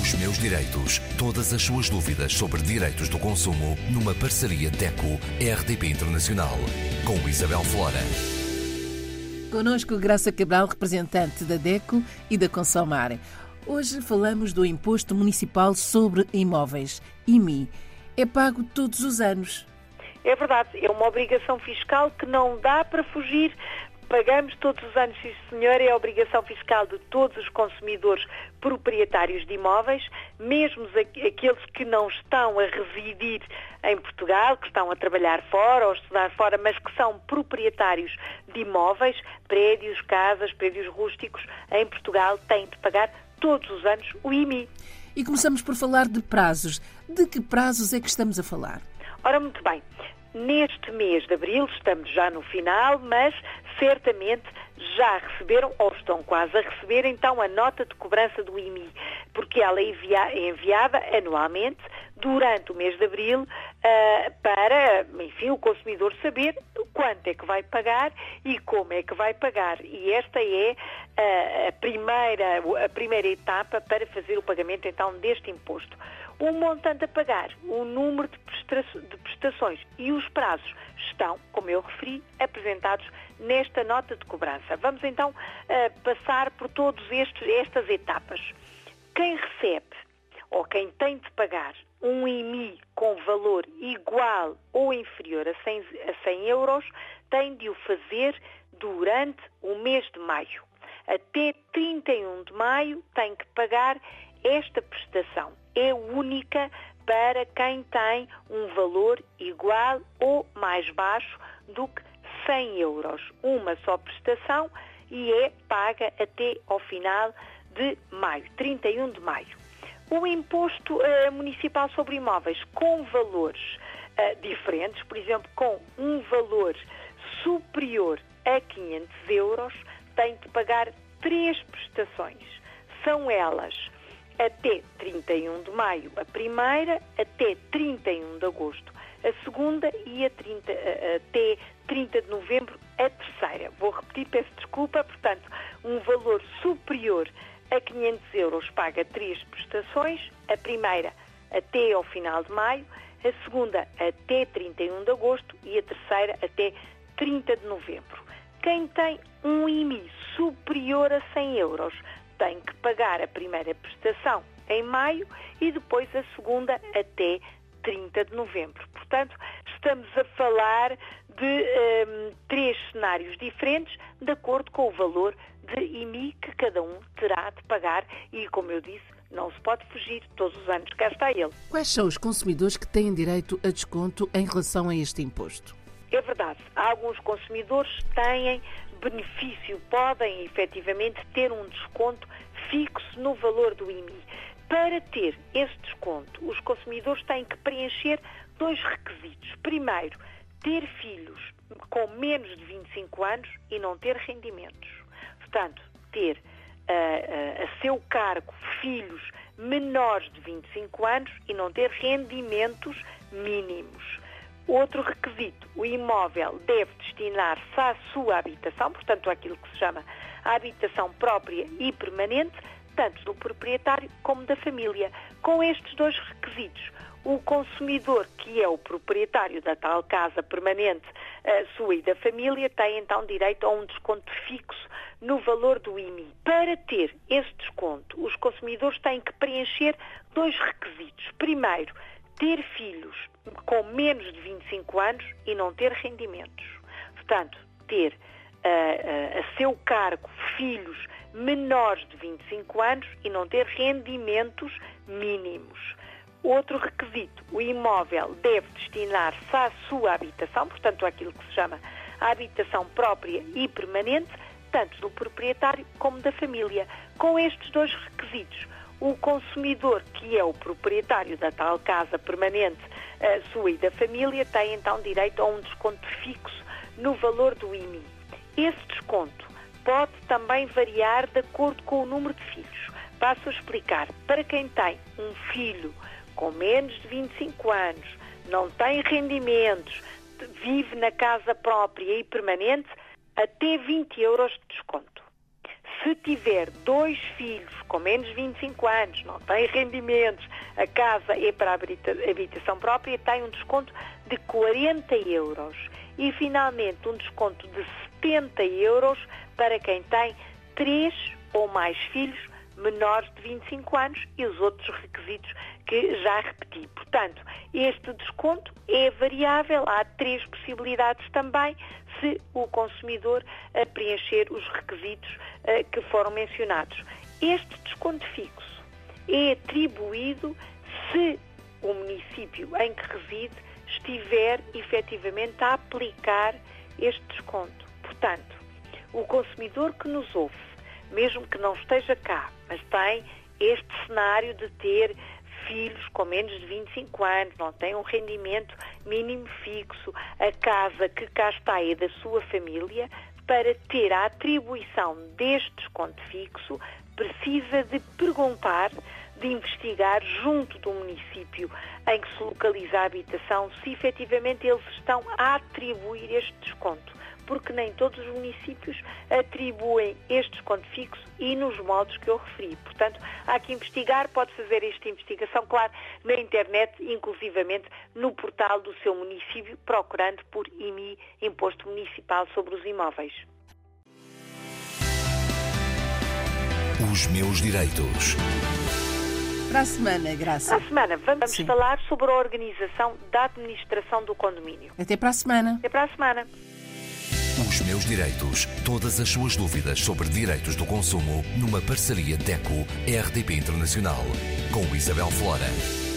Os meus direitos. Todas as suas dúvidas sobre direitos do consumo numa parceria DECO-RDP Internacional. Com Isabel Flora. Connosco Graça Cabral, representante da DECO e da Consomare. Hoje falamos do Imposto Municipal sobre Imóveis, IMI. É pago todos os anos. É verdade, é uma obrigação fiscal que não dá para fugir. Pagamos todos os anos, sim senhor, é a obrigação fiscal de todos os consumidores proprietários de imóveis, mesmo aqueles que não estão a residir em Portugal, que estão a trabalhar fora ou a estudar fora, mas que são proprietários de imóveis, prédios, casas, prédios rústicos, em Portugal têm de pagar todos os anos o IMI. E começamos por falar de prazos. De que prazos é que estamos a falar? Ora, muito bem. Neste mês de abril, estamos já no final, mas certamente já receberam, ou estão quase a receber, então a nota de cobrança do IMI, porque ela é enviada anualmente durante o mês de abril para, enfim, o consumidor saber quanto é que vai pagar e como é que vai pagar. E esta é a primeira etapa para fazer o pagamento, então, deste imposto. O montante a pagar, o número de prestações e os prazos estão, como eu referi, apresentados nesta nota de cobrança. Vamos então passar por todas estas etapas. Quem recebe ou quem tem de pagar um IMI com valor igual ou inferior a 100 euros tem de o fazer durante o mês de maio. Até 31 de maio tem que pagar esta prestação. É única para quem tem um valor igual ou mais baixo do que 100 euros. Uma só prestação e é paga até ao final de maio, 31 de maio. O imposto municipal sobre imóveis com valores diferentes, por exemplo, com um valor superior a 500 euros, tem de pagar 3 prestações. São elas até 31 de maio a primeira, até 31 de agosto a segunda e até 30 de novembro a terceira. Vou repetir, peço desculpa, portanto, um valor superior a 500 euros paga 3 prestações, a primeira até ao final de maio, a segunda até 31 de agosto e a terceira até 30 de novembro. Quem tem um IMI superior a 100 euros tem que pagar a primeira prestação em maio e depois a segunda até 30 de novembro. Portanto, estamos a falar de 3 cenários diferentes de acordo com o valor de IMI que cada um terá de pagar e, como eu disse, não se pode fugir, todos os anos cá está ele. Quais são os consumidores que têm direito a desconto em relação a este imposto? É verdade, alguns consumidores têm benefício, podem efetivamente ter um desconto fixo no valor do IMI. Para ter esse desconto, os consumidores têm que preencher 2 requisitos. Primeiro, ter filhos com menos de 25 anos e não ter rendimentos. Portanto, ter a seu cargo filhos menores de 25 anos e não ter rendimentos mínimos. Outro requisito, o imóvel deve destinar-se à sua habitação, portanto, àquilo que se chama a habitação própria e permanente, tanto do proprietário como da família. Com estes 2 requisitos, o consumidor, que é o proprietário da tal casa permanente, sua e da família, tem então direito a um desconto fixo no valor do IMI. Para ter esse desconto, os consumidores têm que preencher 2 requisitos. Primeiro, ter filhos com menos de 25 anos e não ter rendimentos. Portanto, ter a seu cargo filhos menores de 25 anos e não ter rendimentos mínimos. Outro requisito, o imóvel deve destinar-se à sua habitação, portanto, àquilo que se chama a habitação própria e permanente, tanto do proprietário como da família. Com estes 2 requisitos, o consumidor, que é o proprietário da tal casa permanente, sua e da família, tem então direito a um desconto fixo no valor do IMI. Esse desconto pode também variar de acordo com o número de filhos. Passo a explicar. Para quem tem um filho com menos de 25 anos, não tem rendimentos, vive na casa própria e permanente, até 20 euros de desconto. Se tiver 2 filhos com menos de 25 anos, não tem rendimentos, a casa é para habitação própria, tem um desconto de 40 euros. E, finalmente, um desconto de 70 euros para quem tem 3 ou mais filhos menores de 25 anos e os outros requisitos que já repeti. Portanto, este desconto é variável, há 3 possibilidades também, se o consumidor preencher os requisitos que foram mencionados. Este desconto fixo é atribuído se o município em que reside estiver efetivamente a aplicar este desconto. Portanto, o consumidor que nos ouve, mesmo que não esteja cá, mas tem este cenário de ter filhos com menos de 25 anos, não tem um rendimento mínimo fixo, a casa que cá está é da sua família, para ter a atribuição deste desconto fixo, precisa de perguntar, de investigar junto do município em que se localiza a habitação, se efetivamente eles estão a atribuir este desconto, porque nem todos os municípios atribuem este desconto fixo e nos modos que eu referi. Portanto, há que investigar, pode fazer esta investigação, claro, na internet, inclusivamente no portal do seu município, procurando por IMI, Imposto Municipal sobre os Imóveis. Os meus direitos. Para a semana, Graça. Para a semana vamos falar sobre a organização da administração do condomínio. Até para a semana. Até para a semana. Os meus direitos. Todas as suas dúvidas sobre direitos do consumo numa parceria DECO-RDP Internacional com Isabel Flora.